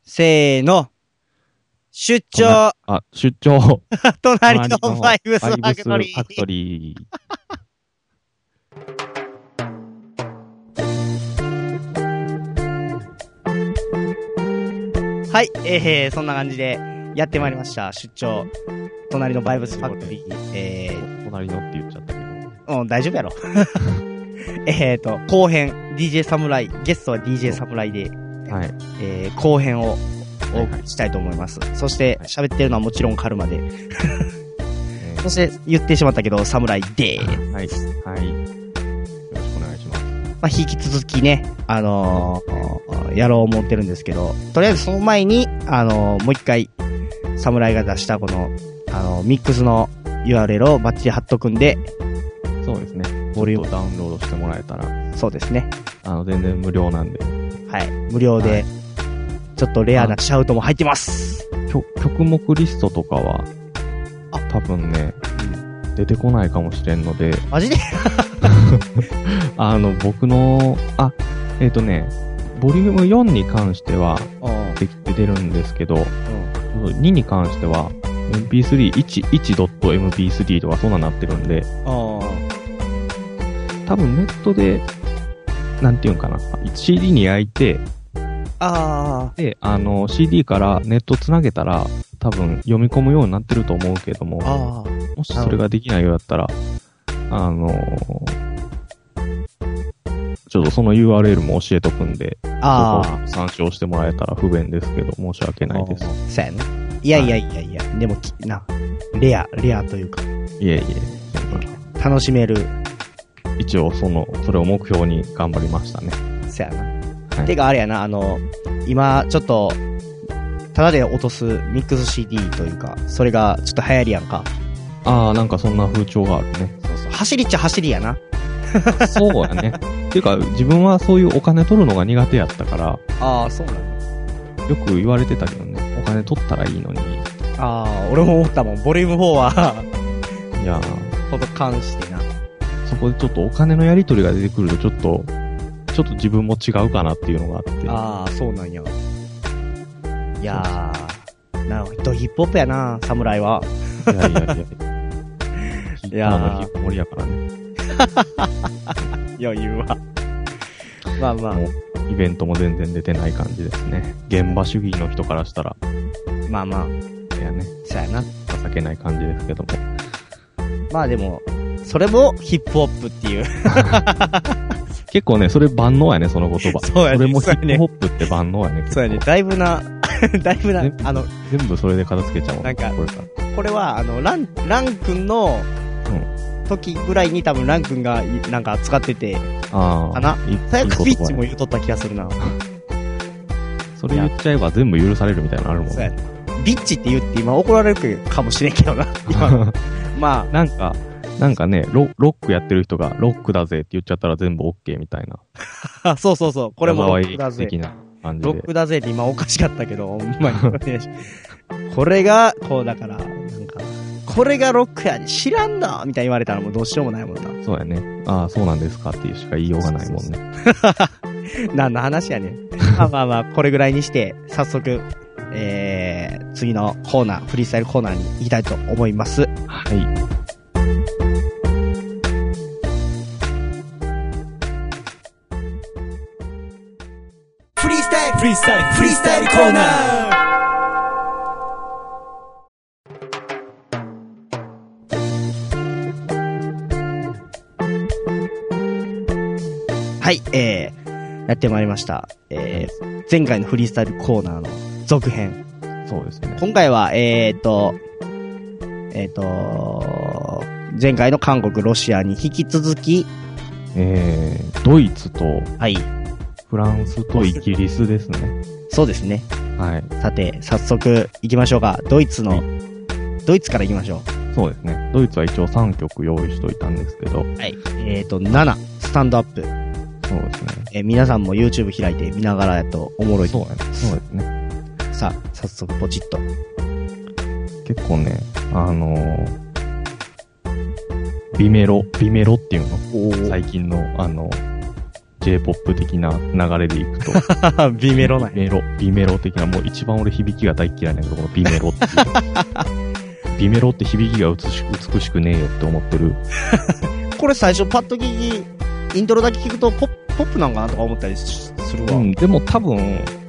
せーの。出張出張隣のファイブスファクトリー。 ファクトリー。 はい、そんな感じでやってまいりました。出張。隣のバイブスファクトリー。 隣のって言っちゃったけど。 大丈夫やろ。後編、DJ サムライ、ゲストは DJ サムライで、 はい。 後編をお送りしたいと思います。そして、喋ってるのはもちろんカルマで。そして、言ってしまったけど、サムライでーす。 はい。はい。よろしくお願いします。 まあ、引き続きね、やろう思ってるんですけど、とりあえずその前に、もう一回、サムライが出したこの、ミックスの URL をバッチリ貼っとくんで、 そうですね。ボリュームダウンロードしてもらえたら。 そうですね。 全然無料なんで。 はい。無料で、はい、ちょっとレアなシャウトも入ってます。 曲目リストとかは、多分ね、出てこないかもしれんので。 マジで僕の、ボリューム4に関しては、出てるんですけど、2に関しては、mp3、1.mp3 とかそんななってるんで、多分ネットで、なんていうんかな、CD に焼いて、で、CD からネットつなげたら、多分読み込むようになってると思うけども、もしそれができないようだったら、ちょっとその URL も教えとくんで、参照してもらえたら不便ですけど、申し訳ないです。 そうやね。いや、でもレアというか。 いえ。 楽しめる。 一応それを目標に頑張りましたね。 そうやな。はい、てかあれやな、今ちょっと、ただで落とすミックス CD というか、それがちょっと流行りやんか。 なんかそんな風潮があるね。 そう。走りっちゃ走りやな。 そうやね。ていうか、自分はそういうお金取るのが苦手やったから。 そうなの。 よく言われてたけどね。お金取ったらいいのに。 俺も思ったもん。ボリューム4は。 いやほど関してな。 そこでちょっとお金のやり取りが出てくるとちょっと自分も違うかなっていうのがあって。 そうなんや。いやなるほど。ヒップホップやな、サムライは。 いやの引きこもりやからね。 余裕は。まあ。もうイベントも全然出てない感じですね。現場主義の人からしたら。 まあ。 いやね。 そうやな。 情けない感じですけども。 まあでも、それもヒップホップっていう。 結構ね、それ万能やね、その言葉。 そうやね。 それもヒップホップって万能やね。 そうやね。だいぶな、全部それで片付けちゃうもん。 なんか、これは、ラン君の、時ぐらいに多分ラン君がなんか使ってて、かな。最悪ビッチも言うとった気がするな。 それ言っちゃえば全部許されるみたいなのあるもんね。 そうやね。ビッチって言って今怒られるかもしれんけどな。今まあ。 なんかね、ロックやってる人がロックだぜって言っちゃったら全部 OK みたいな。 そう。これもロックだぜ。 的な感じで。 ロックだぜって今おかしかったけど、これが、こうだから、なんか、これがロックやで知らんだみたいに言われたらもうどうしようもないもんな。 そうやね。そうなんですかっていうしか言いようがないもんね。 何の話やねん。まあ、これぐらいにして、早速、次のコーナー、フリースタイルコーナーに行きたいと思います。 はい。 フリースタイルコーナー。はい、やってまいりました。前回のフリースタイルコーナーの続編。 そうですね。 今回は、前回の韓国、ロシアに引き続き、 ドイツと、 はい。 フランスとイギリスですね。 そうですね。 はい。 さて、早速行きましょうか。ドイツから行きましょう。そうですね。ドイツは一応3曲用意しといたんですけど。 はい。7、スタンドアップ。 そうですね。 皆さんも YouTube 開いて見ながらやとおもろいと思います。 そうですね。 さあ、早速ポチッと。 結構ね、ビメロっていうの最近の J-POP 的な流れでいくと。ビメロなんや。ビメロ的な、もう一番俺響きが大嫌いなんだけど、このビメロっていう。ビメロって響きが美しくねえよって思ってる。 これ最初パッと聞き、イントロだけ聞くとポップなんかなとか思ったりするわ。うん、 でも多分、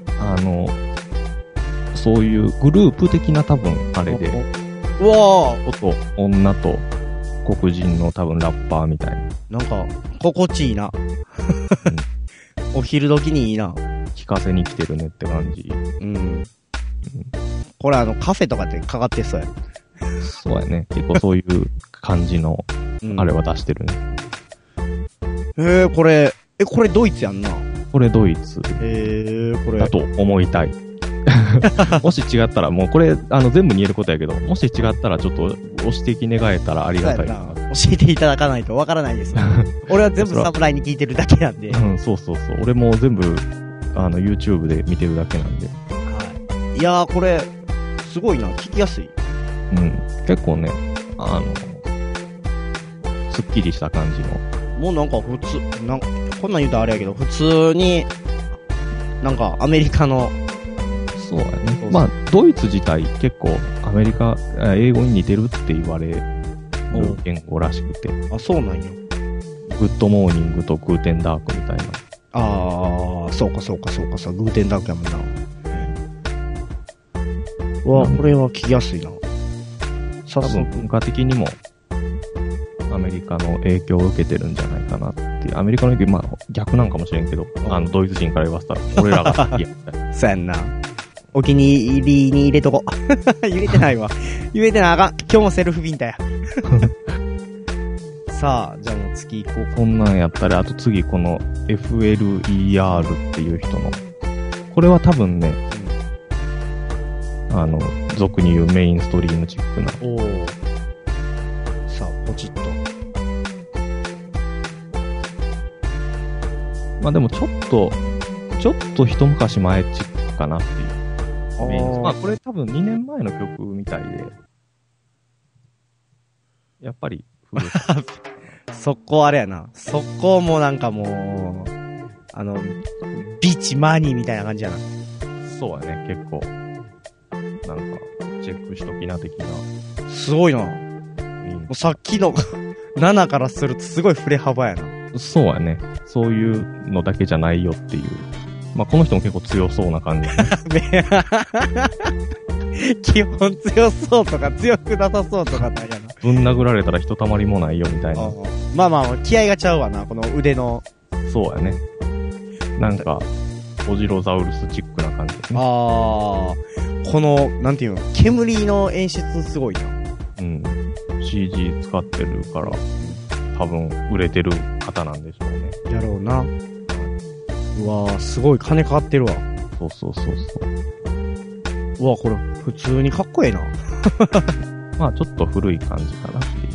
そういうグループ的な多分、あれで、 うわーと女と黒人の多分ラッパーみたいな。なんか、心地いいな。お昼時にいいな。 聞かせに来てるねって感じ。 うん。これカフェとかってかかってそうや。 そうやね。結構そういう感じの、あれは出してるね。 これドイツやんな。 これドイツ。 これ。 だと思いたい。もし違ったら、もうこれ、全部に言えることやけど、もし違ったらちょっとご指摘願えたらありがたいな。 教えていただかないとわからないです。俺は全部サムライに聞いてるだけなんで。 うん、そう。俺も全部、YouTube で見てるだけなんで。 はい。いやー、これ、すごいな。聞きやすい。 うん。結構ね、すっきりした感じの。 もうなんか普通、こんなん言うとあれやけど、普通に、なんかアメリカの、 そうやね。まあ、ドイツ自体結構アメリカ、英語に似てるって言われる言語らしくて。 あ、そうなんや。 グッドモーニングとグーテンダークみたいな。 そうか、グーテンダークやもんな。これは聞きやすいな。 多分文化的にも、アメリカの影響を受けてるんじゃないかなっていう。アメリカの影響、まあ逆なんかもしれんけど、ドイツ人から言わせたら、俺らがいや、 そうやんな。お気に入りに入れとこ。入れてないわ。入れてないあかん。今日もセルフビンタや。さあ、じゃあもう次行こう。 こんなんやったら、あと次この FLER っていう人の、これは多分ね、俗に言うメインストリームチックな。 さあ、ポチッと。 まあでもちょっと一昔前チックかなっていう。まあこれ多分2年前の曲みたいで。やっぱり古い。 速攻あれやな。速攻もなんかもう、ビーチマニーみたいな感じやな。 そうやね、結構。なんか、チェックしときな的な。 すごいな。もうさっきの7からするとすごい振れ幅やな。 そうやね。そういうのだけじゃないよっていう。まあ、この人も結構強そうな感じ、ね。 基本強そうとか強くなさそうとかなんやな。 ぶん殴られたらひとたまりもないよみたいな。 まあ、気合がちゃうわな、この腕の。 そうやね。なんか、オジロザウルスチックな感じですね。 この、なんていうの、煙の演出すごいな。 うん。CG 使ってるから、多分売れてる方なんでしょうね。 やろうな。うわー、すごい金かかってるわ。 そう。 うわ、これ、普通にかっこええな。 まあ、ちょっと古い感じかなっていう。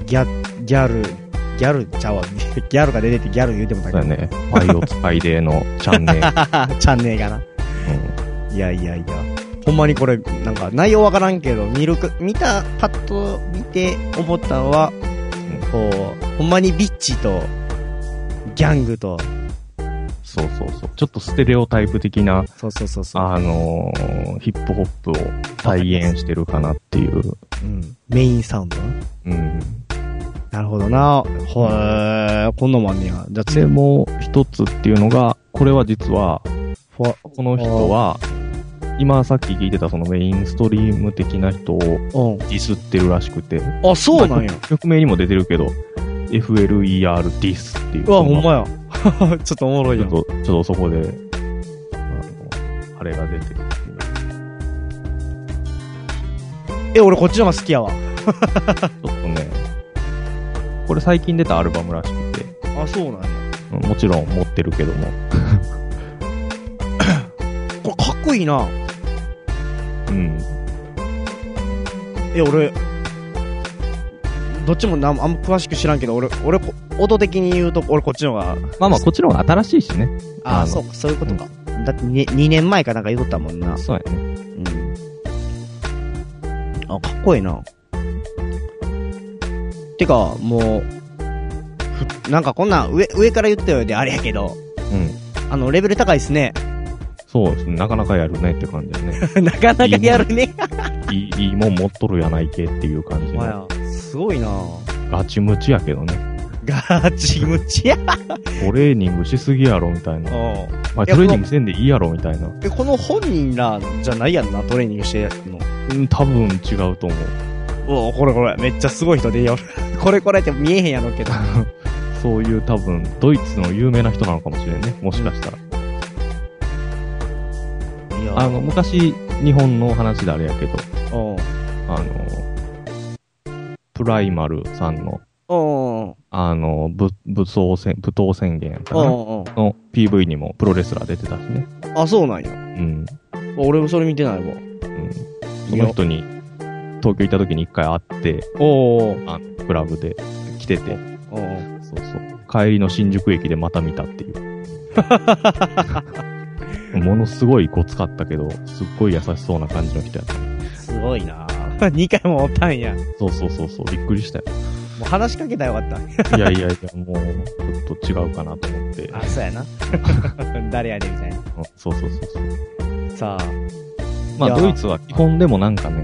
ギャルちゃうわ。ギャルが出ててギャル言うてもたけど。 そうやね。パイオツパイデーのチャンネル。 チャンネルがな。いや。ほんまにこれ、なんか内容わからんけど、パッと見て思ったのは、こう、ほんまにビッチと、ギャングと、 そう。ちょっとステレオタイプ的な、 そう。 ヒップホップを体現してるかなっていう。 うん。メインサウンドうん。 なるほどな。こんなもんあんねや。 で、もう一つっていうのが、これは実は、この人は、今さっき聞いてたそのメインストリーム的な人をディスってるらしくて。 あ、そうなんや。 曲名にも出てるけど、FLER ディスっていう。 うわ、ほんまや。ちょっとおもろいやん。 ちょっとそこで、あれが出てるっていう。 俺こっちの方が好きやわ。 ちょっとね、これ最近出たアルバムらしくて。 あ、そうなんや。 もちろん持ってるけども。 これかっこいいな。 うん。 俺、どっちもあんま詳しく知らんけど、俺、音的に言うと、俺こっちの方が。 まあ、こっちの方が新しいしね。 そうか、そういうことか。だって 2年前かなんか言うとったもんな。 そうやね。 かっこいいな。てか、もう、 なんかこんなん上から言ったようであれやけど。 うん。 レベル高いっすね。 そうですね。なかなかやるねって感じだね。 なかなかやるね。 いいもん持っとるやないけっていう感じの。 すごいなガチムチやけどね。 ガチムチや。 トレーニングしすぎやろみたいな。まあ、トレーニングせんでいいやろみたいな。 この本人らじゃないやんな、トレーニングしてるの。 多分違うと思う。これ、めっちゃすごい人でよ。これって見えへんやろうけど。 そういう多分、ドイツの有名な人なのかもしれんね。もしかしたら。昔、日本の話であれやけど、プライマルさんの、舞踏宣言やったかなの PV にもプロレスラー出てたしね。 あ、そうなんや。 うん。 俺もそれ見てないわ。うん。 その人に、東京行った時に一回会って、クラブで来てて、そうそう。帰りの新宿駅でまた見たっていう。ものすごいごつかったけど、すっごい優しそうな感じの人やった。 すごいなぁ。2回もおったんや。 そう。びっくりしたよ。 もう話しかけたらよかった。 いや、もう、ちょっと違うかなと思って。 あ、そうやな。誰やねんみたいな。 そう。 さあ。 まあ、ドイツは基本でもなんかね、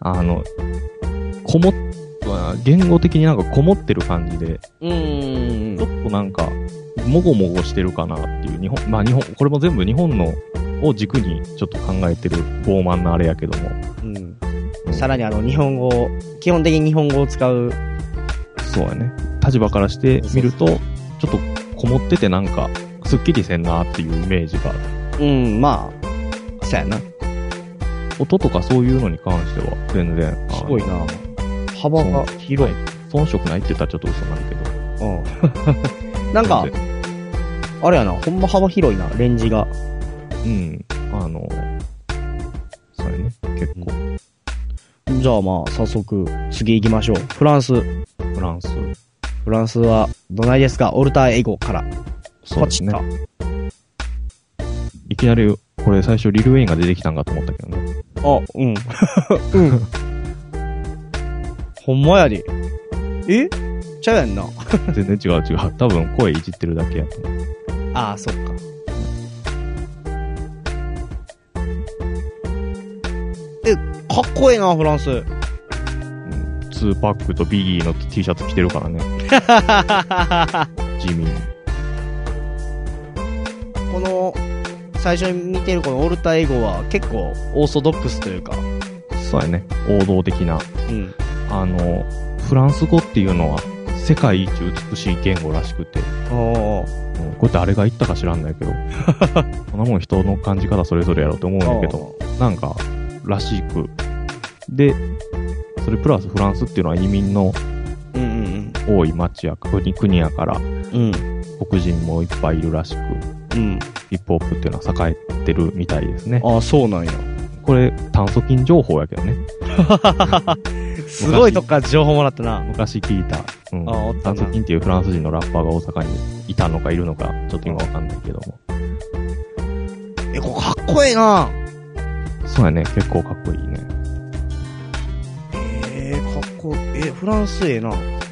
言語的になんかこもってる感じで、ちょっとなんか、もごもごしてるかなっていう、日本、これも全部日本のを軸にちょっと考えてる傲慢なあれやけども。 さらに日本語、基本的に日本語を使う。 そうやね。立場からして見ると、ちょっとこもっててなんか、すっきりせんなっていうイメージがある。 まあ、そうやな。 音とかそういうのに関しては全然。 すごいな。幅が広い。 遜色ないって言ったらちょっと嘘になるけど。なんか、あれやな、ほんま幅広いな、レンジが。 そうやね、結構。 じゃあまあ、早速、次行きましょう。フランスは、どないですか？オルターエゴから。 そうですね。いきなり、これ最初リル・ウェインが出てきたんかと思ったけどね。ほんまやで。 ちゃうやんな。 全然違う。多分声いじってるだけやと思う。 ああ、そっか。かっこいいな、フランス。 2パックとビギーの T シャツ着てるからね。地味に。 この、最初に見てるこのオルタエゴは結構オーソドックスというか。 そうやね。王道的な。フランス語っていうのは世界一美しい言語らしくて。これ誰が言ったか知らんないけど。こんなもん人の感じ方それぞれやろうと思うんだけど。なんか、らしく。で、それプラスフランスっていうのは移民の多い町や国やから、黒人もいっぱいいるらしく、ヒップホップっていうのは栄えてるみたいですね。 ああ、そうなんや。 これ、炭疽菌情報やけどね。 すごいとこから情報もらったな。 昔聞いた。炭疽菌っていうフランス人のラッパーが大阪にいたのかいるのか、ちょっと今わかんないけども。 これかっこいいな。 そうやね、結構かっこいいね。 かっこいい。フランスな。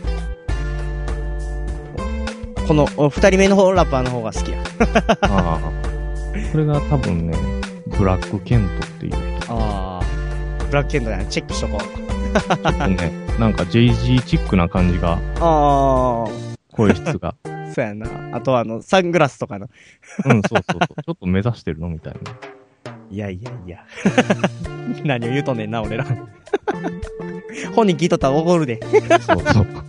この、二人目のラッパーの方が好きや。 ああ。これが多分ね、ブラックケントっていう人。 ああ。ブラックケントだね。チェックしとこう。 ちょっとね、なんか JG チックな感じが。声質が。 そうやな。あとサングラスとかの。 そう。ちょっと目指してるのみたいな。 いや。何を言うとんねんな、俺ら。本人聞いとったら怒るで。そう。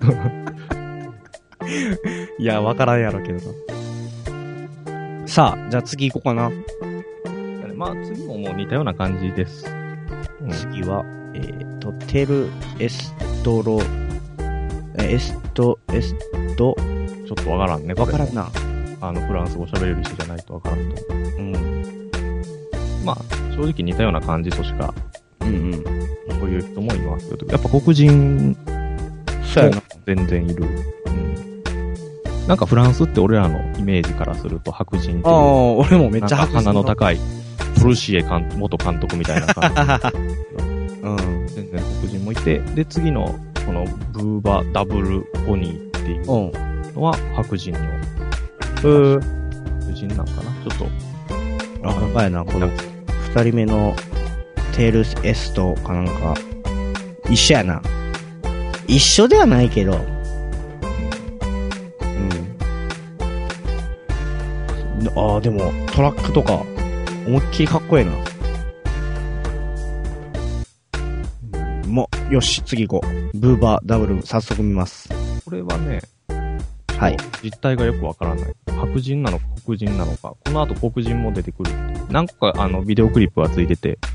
いや、わからんやろけどな。さあ、じゃあ次行こうかな。 まあ次ももう似たような感じです。 次は、テルエストロ、ちょっとわからんね。 わからんな。 フランス語喋れる人じゃないとわからんと思う。まあ、正直似たような感じとしか、こういう人もいますよ。やっぱ黒人も全然いる。なんかフランスって俺らのイメージからすると白人っていう。 俺もめっちゃ白人。 鼻の高い、プルシエ元監督みたいな感じ。全然黒人もいて、で、次の、このブーバダブルポニーっていうのは白人の。 白人なんかなちょっと。 なんかやな、この二人目のテールスエストかなんか、一緒やな。一緒ではないけど。でも、トラックとか、思いっきりかっこええな。よし、次行こう。ブーバーダブル、早速見ます。 これはね、 はい。 実態がよくわからない。白人なのか黒人なのか。この後黒人も出てくる。なんかビデオクリップがついてて。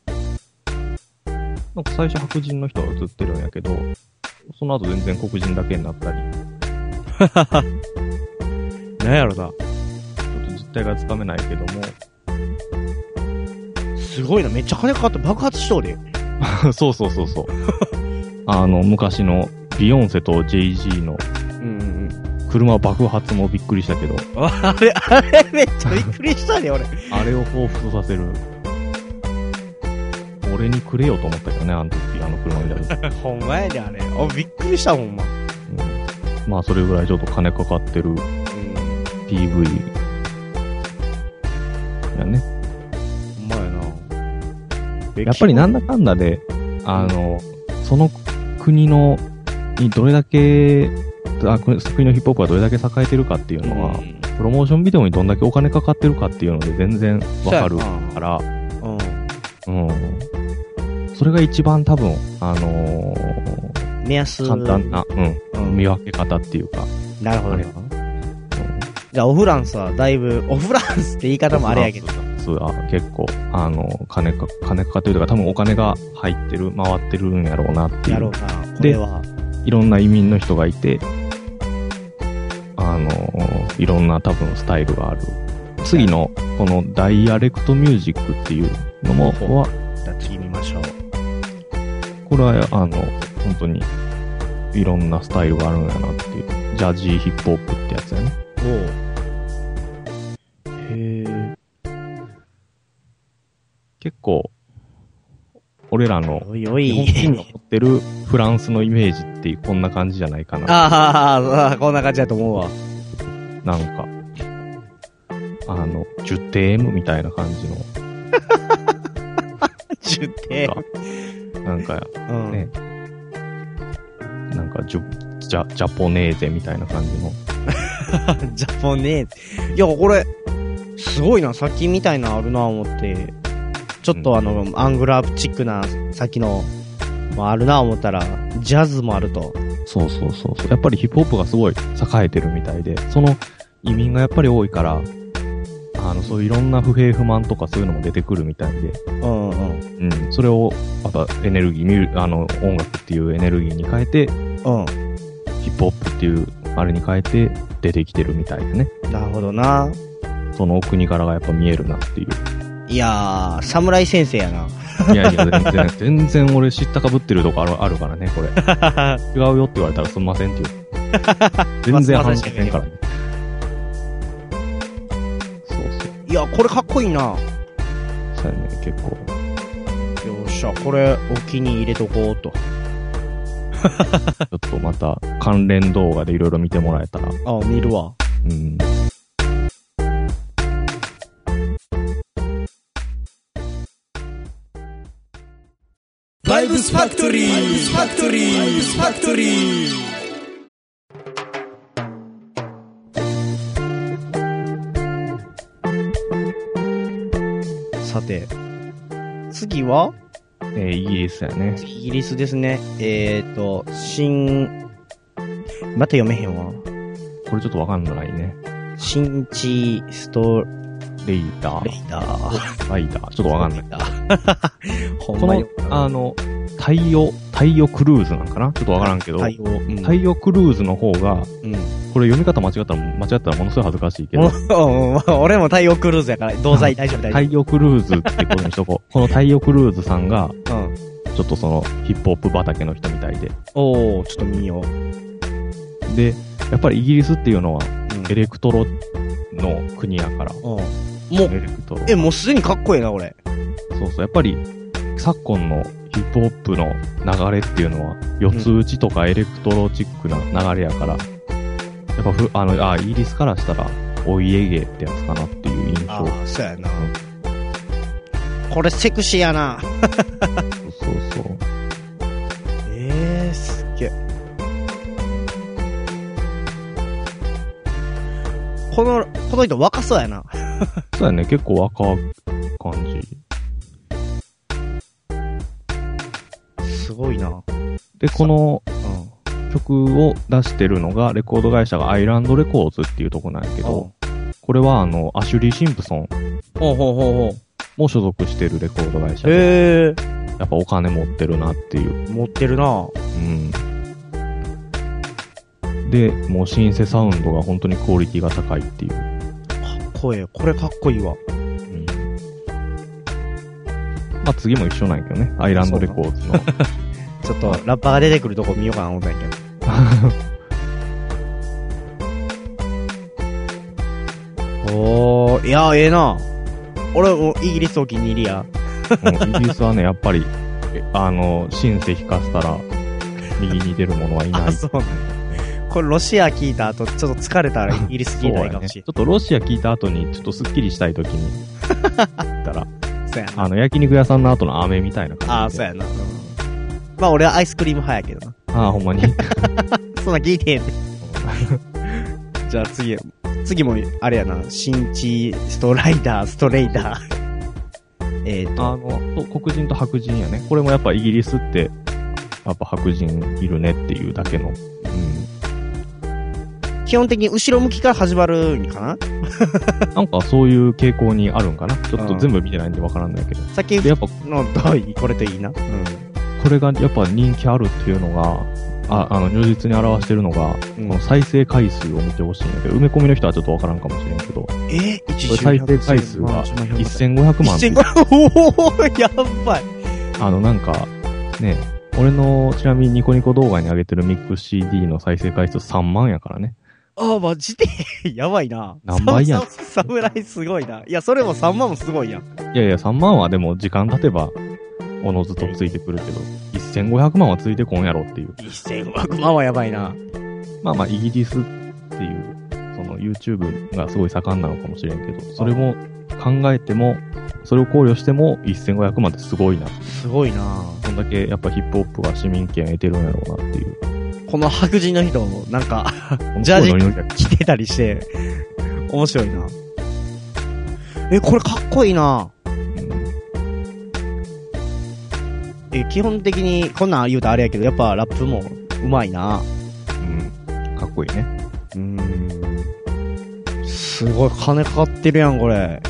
なんか最初白人の人が映ってるんやけど、その後全然黒人だけになったり。 なんやろな。ちょっと実態がつかめないけども。 すごいな、めっちゃ金かかって爆発しそうで。 そう。昔のビヨンセと JG の車爆発もびっくりしたけど。 あれめっちゃびっくりしたね、俺。 あれを彷彿とさせる。俺にくれよと思ったけどね、あの時、車見た時。 ほんまやで、あれ。びっくりした、ほんま。 まあ、それぐらいちょっと金かかってる、PV。やね。 ほんまやな。 やっぱりなんだかんだで、その国にどれだけ、国のヒップホップがどれだけ栄えてるかっていうのは、プロモーションビデオにどんだけお金かかってるかっていうので全然わかるから、それが一番多分、 目安。 簡単な、見分け方っていうか。 なるほどね。じゃあ、オフランスはだいぶ、オフランスって言い方もあれやけど。 そうだ、結構、金かかってるとか、多分お金が入ってる、回ってるんやろうなっていう。 やろうな、これは。 で、いろんな移民の人がいて、いろんな多分スタイルがある。次の、このダイアレクトミュージックっていうのも、 じゃあ次見ましょう。 これは、本当に、いろんなスタイルがあるんやなっていう。ジャジーヒップホップってやつやね。結構、俺らの、日本人が持ってるフランスのイメージってこんな感じじゃないかな。 こんな感じだと思うわ。 なんか、ジュテームみたいな感じの。 ジュテームなんか、ね。なんか、ジャポネーゼみたいな感じの。 ジャポネーゼ。いや、これ、すごいな。さっきみたいなあるな思って。ちょっとアングラーチックな、さっきの、あるな思ったら、ジャズもあると。 そう。やっぱりヒップホップがすごい栄えてるみたいで、その移民がやっぱり多いから、そういういろんな不平不満とかそういうのも出てくるみたいで。それを、またエネルギー、音楽っていうエネルギーに変えて、ヒップホップっていう、あれに変えて出てきてるみたいでね。 なるほどな。 その国柄がやっぱ見えるなっていう。 いやー、侍先生やな。 いや、全然俺知ったかぶってるとこあるからね、これ。違うよって言われたらすんませんっていう。全然反応せんからね。そう。 いや、これかっこいいな。 そうやね、結構。 よっしゃ、これ、お気に入れとこうと。 ちょっとまた、関連動画でいろいろ見てもらえたら。 見るわ。 バイブスファクトリー。 さて、次はイギリスやね。 イギリスですね。また読めへんわ。 これちょっとわかんないね。 新地ストレイダー。ちょっとわかんない。 ほんまに。 この、太陽クルーズなんかなちょっとわからんけど、太陽クルーズの方が、これ読み方間違ったらものすごい恥ずかしいけど。 俺も太陽クルーズやから、同罪大丈夫。 太陽クルーズってことにしとこう。この太陽クルーズさんが、ちょっとその、ヒップホップ畑の人みたいで。 ちょっと見よう。で、やっぱりイギリスっていうのは、エレクトロの国やから。 もうすでにかっこいいな、俺。 そう。やっぱり、昨今のヒップホップの流れっていうのは、四つ打ちとかエレクトロチックな流れやから、 やっぱイギリスからしたら、お家芸ってやつかなっていう印象。 そうやな。これセクシーやな。 そうそう。 すっげえ。この人若そうやな。 そうやね、結構若い感じ。すごいな。 で、この、曲を出してるのが、レコード会社がアイランドレコーズっていうとこなんやけど、これはアシュリー・シンプソンも所属してるレコード会社で、やっぱお金持ってるなっていう。 持ってるな。 で、もうシンセサウンドが本当にクオリティが高いっていう。 かっこいい。これかっこいいわ。 まあ次も一緒なんやけどね。アイランドレコーズの。 ちょっとラッパーが出てくるとこ見ようかな思ったんやけど。いや、ええな。俺もイギリスお気に入りや。 イギリスはね、やっぱり、シンセ弾かせたら、右に出る者はいない。 そうなんだ。これロシア聞いた後、ちょっと疲れたらイギリス聞いたらいいかもしれん。 ちょっとロシア聞いた後に、ちょっとスッキリしたい時に、行ったら、 そうやな。 焼肉屋さんの後の飴みたいな感じで。 そうやな。まあ俺はアイスクリーム派やけどな。ほんまに。 そんな聞いてへんで。じゃあ次も、あれやな、新地ストレイダー。 黒人と白人やね。これもやっぱイギリスって、やっぱ白人いるねっていうだけの。 基本的に後ろ向きから始まるんかな。 なんかそういう傾向にあるんかな。ちょっと全部見てないんでわからんないけど。 さっきやっぱのどういいこれといいな。 これがやっぱ人気あるっていうのが、如実に表してるのが、この再生回数を見てほしいんだけど、埋め込みの人はちょっとわからんかもしれんけど、再生回数が1500万。 おー、やばい。 なんか、ね、俺のちなみにニコニコ動画に上げてるミックス CD の再生回数3万やからね。 マジでやばいな。 何倍やん。 侍すごいな。いや、それも3万もすごいやん。 いやいや、3万はでも時間経てば、おのずとついてくるけど、1500万はついてこんやろっていう。 1500万はやばいな。 まあまあ、イギリスっていう、その YouTube がすごい盛んなのかもしれんけど、それも考えても、それを考慮しても1500万ってすごいな。 すごいな。 そんだけやっぱヒップホップが市民権得てるんやろうなっていう。 この白人の人、なんか、ジャージ着てたりして、面白いな。これかっこいいな。基本的に、こんなん言うとあれやけど、やっぱラップもうまいな。 かっこいいね。 すごい、金かかってるやん、これ。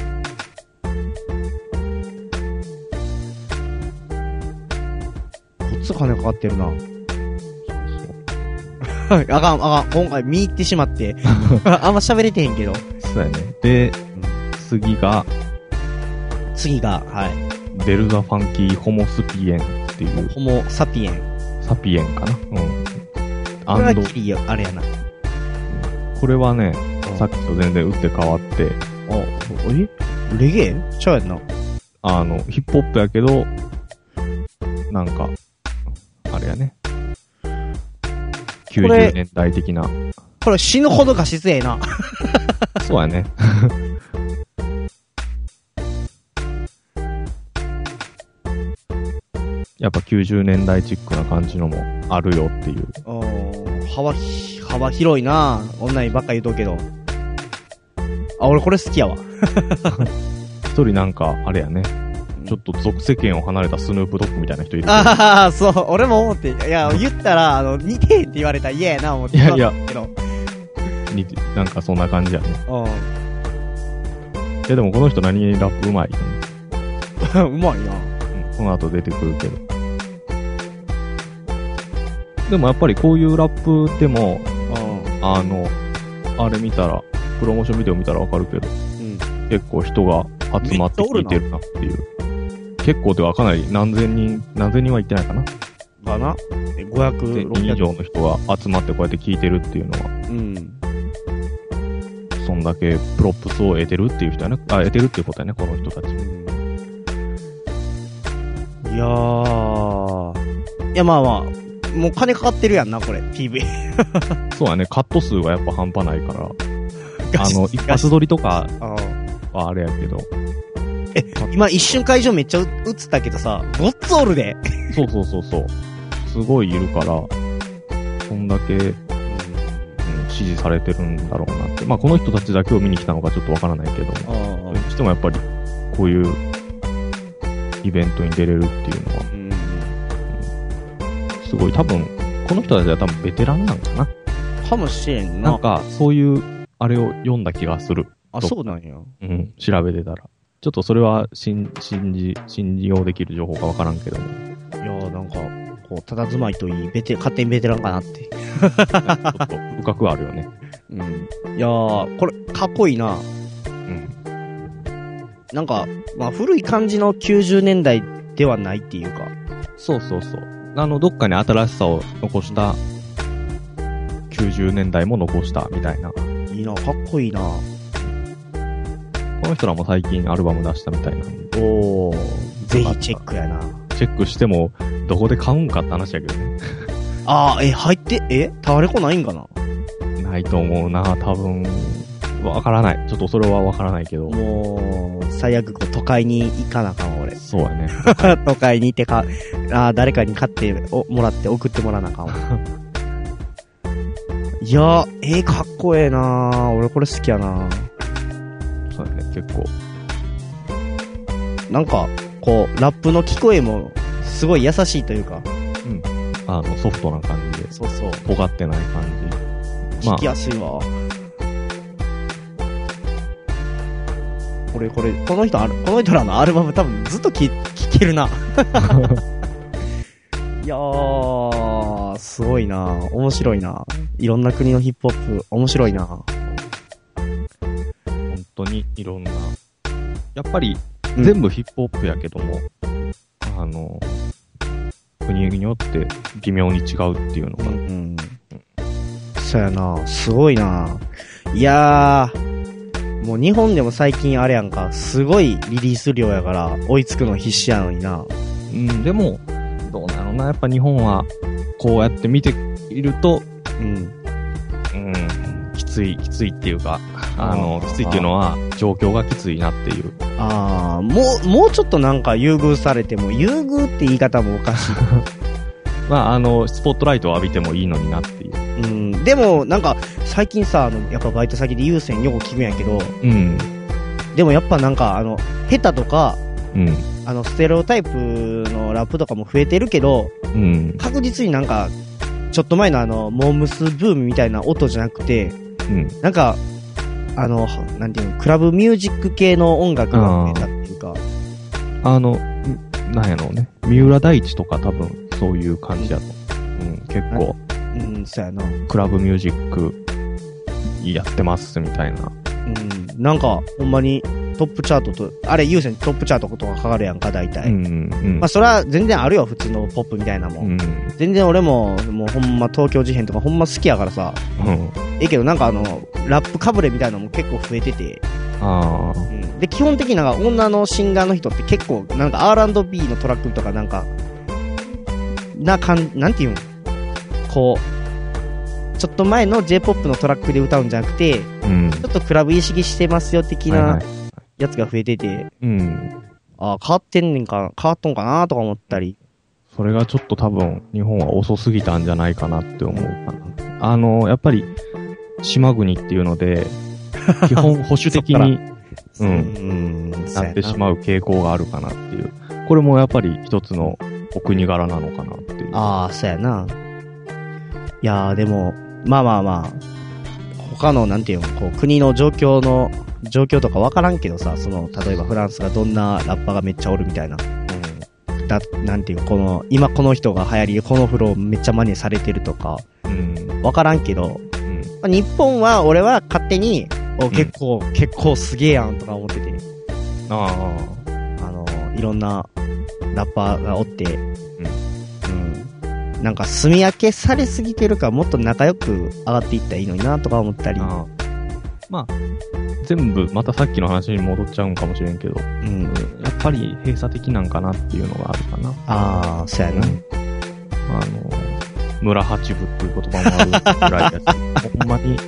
こっち金かかってるな。あかん。今回見入ってしまって。あんま喋れてへんけど。 そうやね。で、次が、 はい。 デルザ・ファンキー・ホモ・スピエンっていう。 ホモ・サピエン。 サピエンかな。 これはキリあれやな。 これはね、さっきと全然打って変わって。 レゲエちゃうやんな。 ヒップホップやけど、なんか、あれやね。90年代的な。 これ死ぬほど画質ええな。 そうやね。やっぱ90年代チックな感じのもあるよっていう。 幅広いな。女にばっか言うとうけど。俺これ好きやわ。 一人なんか、あれやね。ちょっと俗世間を離れたスヌープドッグみたいな人いる。 そう、俺も思って、いや、言ったら、似てへんって言われたら嫌やな、思って。 いや、なんかそんな感じやね。でもこの人何気にラップうまいよね。うまいな。 この後出てくるけど。でもやっぱりこういうラップでも、あれ見たら、プロモーションビデオ見たらわかるけど、結構人が集まって聞いてるなっていう。結構ではかなり何千人は言ってないかな。 かな ?500、 600人以上の人が集まってこうやって聞いてるっていうのは。そんだけプロップスを得てるっていう人やね。得てるっていうことやね、この人たち。いや、まあ、 もう金かかってるやんな、これ、PV。 そうだね、カット数がやっぱ半端ないから。一発撮りとかはあれやけど。 今一瞬会場めっちゃ映ったけどさ、ごっつおるで。 そう。すごいいるから、こんだけ、支持されてるんだろうなって。まあこの人たちだけを見に来たのかちょっとわからないけど、それにしてもやっぱり、こういうイベントに出れるっていうのは、すごい、多分、この人たちは多分ベテランなんかな。 かもしれんな。 なんか、そういう、あれを読んだ気がする。 そうなんや。 調べてたら。ちょっとそれは信じようできる情報かわからんけども。 いやーなんか、こう、佇まいといい、勝手にベテランかなって。 ちょっと、深くあるよね。 いやー、これ、かっこいいな。なんか、まあ、古い感じの90年代ではないっていうか。 そう。どっかに新しさを残した、90年代も残したみたいな。 いいな、かっこいいな。 この人らも最近アルバム出したみたいなんで。 ぜひチェックやな。 チェックしても、どこで買うんかって話やけどね。 入って、タワレコないんかな？ ないと思うな、多分。わからない。ちょっとそれはわからないけど。 もう、最悪都会に行かなあかん、俺。 そうやね。 都会に行って誰かに買ってもらって送ってもらわなあかんわ。いやかっこええな俺これ好きやなそうだね、結構。 なんか、こう、ラップの聞こえも、すごい優しいというか。 ソフトな感じで。 そう。 尖ってない感じ。聞きやすいわ。この人らのアルバム多分ずっと聴けるな。いやー、すごいな面白いないろんな国のヒップホップ、面白いな本当にいろんな。やっぱり、全部ヒップホップやけども、国によって微妙に違うっていうのが。 そうやなすごいないやー、もう日本でも最近あれやんか、すごいリリース量やから追いつくの必死やのにな。 でも、どうなのな、やっぱ日本は、こうやって見ていると、きついっていうか、きついっていうのは、状況がきついなっていう。 もうちょっとなんか優遇されても、優遇って言い方もおかしい。 まあ、スポットライトを浴びてもいいのになっていう。 でも、なんか、最近さ、やっぱバイト先で優先よく聞くんやけど、でもやっぱなんか、ヘタとか、ステレオタイプのラップとかも増えてるけど、確実になんか、ちょっと前のモームスブームみたいな音じゃなくて、なんか、なんていうの、クラブミュージック系の音楽が増えたっていうか。 なんやろうね。三浦大知とか多分、そういう感じやと。結構。 そうやな。 クラブミュージックやってますみたいな。 なんか、ほんまにトップチャートと、あれ優先トップチャートとかかかるやんか、大体。まあ、それは全然あるよ、普通のポップみたいなもん。全然俺もうほんま東京事変とかほんま好きやからさ。けどなんかラップかぶれみたいなのも結構増えてて。で、基本的になんか女のシンガーの人って結構なんか R&B のトラックとかなんか、なんていうんこう、ちょっと前の J-POP のトラックで歌うんじゃなくて、ちょっとクラブ意識してますよ的なやつが増えてて、変わっとんかなとか思ったり。 それがちょっと多分日本は遅すぎたんじゃないかなって思うかな。やっぱり島国っていうので、基本保守的になってしまう傾向があるかなっていう。これもやっぱり一つのお国柄なのかなっていう。 そうやな。いやーでも、まあ、他のなんていうの、こう国の状況とかわからんけどさ、例えばフランスがどんなラッパーがめっちゃおるみたいな。なんていう今この人が流行りでこのフローめっちゃ真似されてるとか、わからんけど、日本は俺は勝手に、結構すげえやんとか思ってて。いろんなラッパーがおって、なんか住み分けされすぎてるからもっと仲良く上がっていったらいいのになとか思ったり。 まあ、全部またさっきの話に戻っちゃうんかもしれんけど、やっぱり閉鎖的なんかなっていうのがあるかな。 そうやな。 村八部っていう言葉もあるぐらいだし、ほんまに、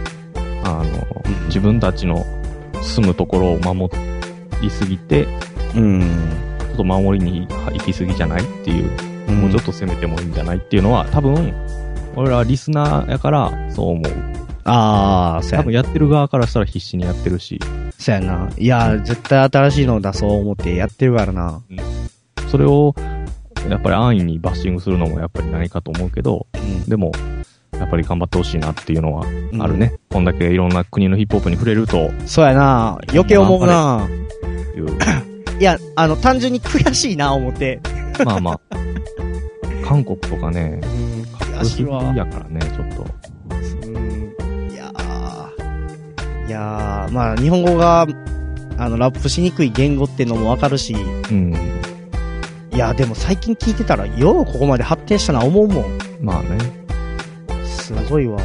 自分たちの住むところを守りすぎて、ちょっと守りに行きすぎじゃないっていう、もうちょっと攻めてもいいんじゃないっていうのは、多分、俺らリスナーやからそう思う。 ああ、そうや。 多分やってる側からしたら必死にやってるし。 そうやな。いや、絶対新しいの出そう思ってやってるからな。 それを、やっぱり安易にバッシングするのもやっぱり何かと思うけど、でも、やっぱり頑張ってほしいなっていうのはあるね。こんだけいろんな国のヒップホップに触れると。 そうやな。余計思うな。いや、単純に悔しいな、思って。 まあまあ。韓国とかね、 悔しいわ。 やからね、ちょっと。 いやー、まあ、日本語が、ラップしにくい言語ってのもわかるし。いや、でも最近聞いてたら、ようここまで発展したな思うもん。 まあね。 すごいわ。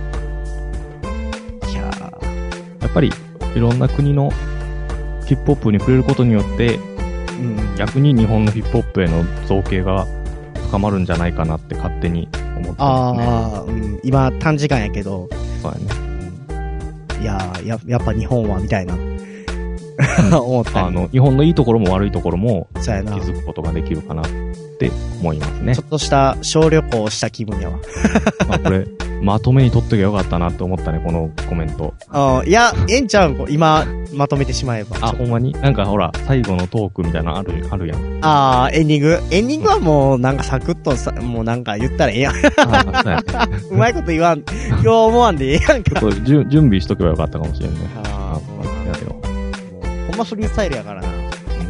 いややっぱり、いろんな国のヒップホップに触れることによって、逆に日本のヒップホップへの造形が深まるんじゃないかなって勝手に思ってますね。 今短時間やけど。 そうやね。 いやっぱ日本はみたいな。思った日本のいいところも悪いところも気そうやな。 づくことができるかなって思いますね。 ちょっとした小旅行をした気分やわ。 まあこれ、まとめに取っときゃよかったなって思ったね、このコメント。 いや、ええんちゃうん今、まとめてしまえば。 ほんまになんかほら、最後のトークみたいなのあるやん。 エンディングエンディングはもうなんかサクッとさ、もうなんか言ったらええやん。 そうやね。 うまいこと言わん、今日思わんでええやんか。 ちょっと準備しとけばよかったかもしれんね。やるよ。 ほんまフリースタイルやからな。いや、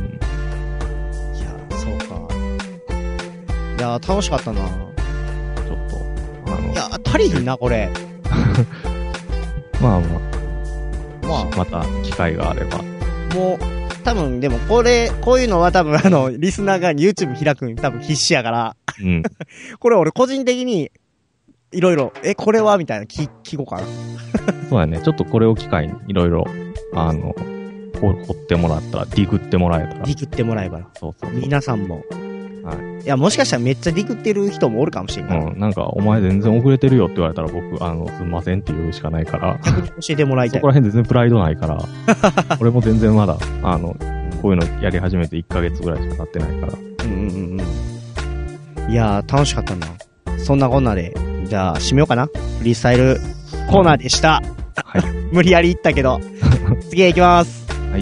そうか。いや、楽しかったな。ちょっと、いや、足りひんな、これ。 まあ、また機会があれば。 もう、多分、でも、こういうのは多分、リスナーが YouTube 開くの多分必死やから。これ俺個人的に、いろいろ、これはみたいな聞こうかな。 そうやね。ちょっとこれを機会に、いろいろ、掘ってもらったら、ディグってもらえたら。 ディグってもらえばら。 そう。 皆さんも。いや、もしかしたらめっちゃディグってる人もおるかもしれない。 なんか、お前全然遅れてるよって言われたら僕、すんませんって言うしかないから。 逆に教えてもらいたい。 そこら辺全然プライドないから。俺も全然まだ、こういうのやり始めて1ヶ月ぐらいしか経ってないから。 いやー、楽しかったな。そんなこんなで、じゃあ、締めようかな。フリースタイルコーナーでした。 はい。 無理やり言ったけど。次へ行きます。 はい。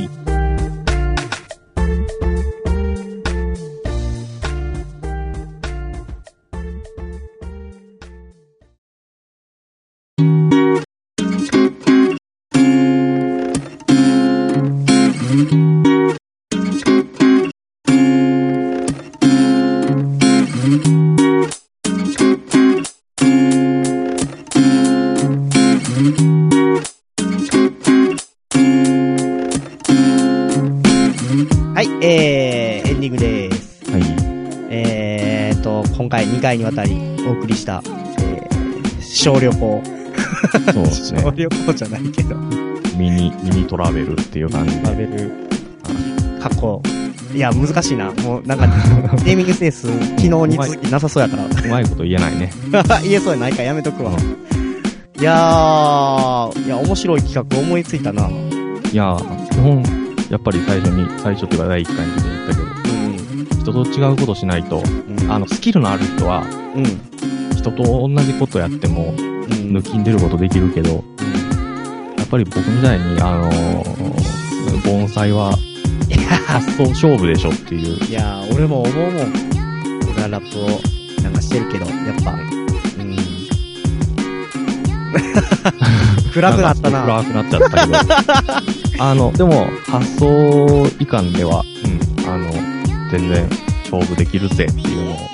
エンディングです。 はい。 今回2回にわたりお送りした、小旅行。 そうですね。 小旅行じゃないけど。 ミニトラベルっていう感じで。 トラベル。過去。いや、難しいな。もう、なんか、ネーミングセンス、昨日に続きなさそうやから。 うまいこと言えないね。 言えそうやないからやめとくわ。いや、面白い企画思いついたな。 いやー、基本、やっぱり最初というか第1回に言ったけど、人と違うことしないと、スキルのある人は、人と同じことやっても、抜きんでることできるけど、やっぱり僕みたいに、盆栽は、発想勝負でしょっていう。 いやー、俺も思うもん。俺はラップをなんかしてるけど、やっぱ、暗くなったな。 暗くなっちゃったけど。でも、発想以下では、全然勝負できるぜっていうのを、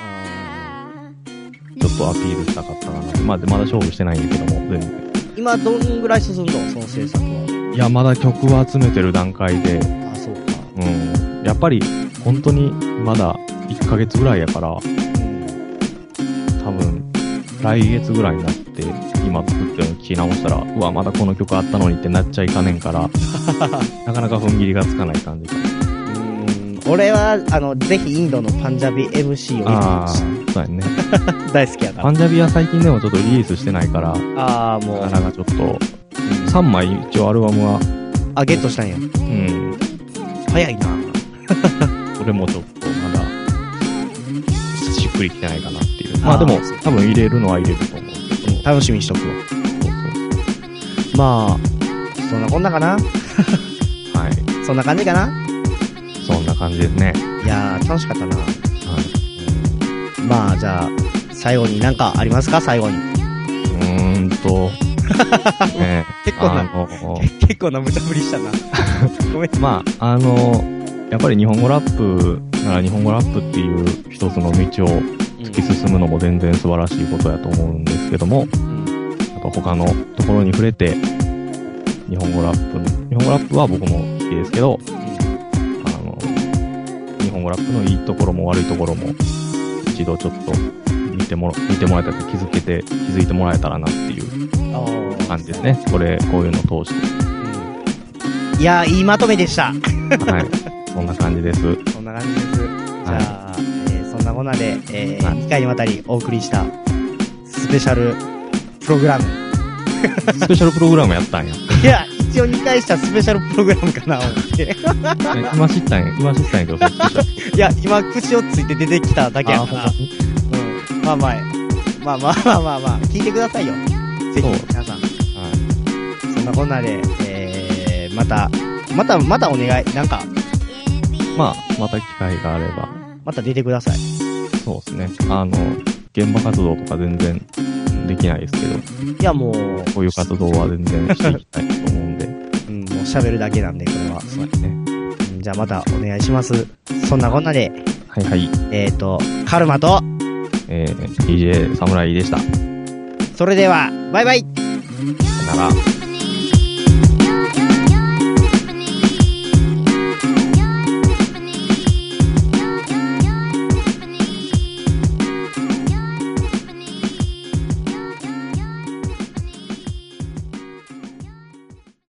ちょっとアピールしたかったかな。まだ勝負してないんだけども、全然。 今どんぐらい進んだのその制作は。 いや、まだ曲を集めてる段階で。 あ、そうか。 やっぱり、本当に、まだ1ヶ月ぐらいやから、多分、来月ぐらいになって、今作ってるの聞き直したら、うわ、まだこの曲あったのにってなっちゃいかねんから、なかなか踏ん切りがつかない感じだ。 俺は、ぜひインドのパンジャビ MC を見てほしい。 そうやね。 大好きやから。 パンジャビは最近でもちょっとリリースしてないから、 もう。 なかなかちょっと、3枚一応アルバムは。 ゲットしたんや。早いな。 それもちょっとまだ、しっくりきてないかなっていう。まあでも、多分入れるのは入れると思うけど。 楽しみにしとくわ。まあ、そんなこんなかな。はい。そんな感じかな。 そんな感じですね。 いやー、楽しかったな。はい。まあ、じゃあ、最後になんかありますか、最後に。 ね、 結構な無茶ぶりしたな。ごめん。 まあ、やっぱり日本語ラップなら日本語ラップっていう一つの道を突き進むのも全然素晴らしいことやと思うんですけども、あと他のところに触れて、日本語ラップは僕も好きですけど、日本語ラップのいいところも悪いところも一度ちょっと見てもらえたら気づいてもらえたらなっていう感じですね。こういうのを通して。 いやー、いいまとめでした。はい。 そんな感じです。 そんな感じです。じゃあ、そんなこんなで、2回にわたりお送りしたスペシャルプログラム。 スペシャルプログラムやったんや。 いや、一応2回したスペシャルプログラムかな、思って。 今知ったんやけど、 いや、今口をついて出てきただけやから。まあ、聞いてくださいよ。ぜひ、皆さん。そんなこんなで、またお願い。なんか。 また機会があれば。 また出てください。 そうですね。現場活動とか全然できないですけど。 いや、もう。 こういう活動は全然していきたいと思うんで。 もう喋るだけなんで、これは。そうですね。じゃあまたお願いします。そんなこんなで。 はいはい。 カルマと、 DJ 侍でした。 それでは、バイバイ。 さよなら。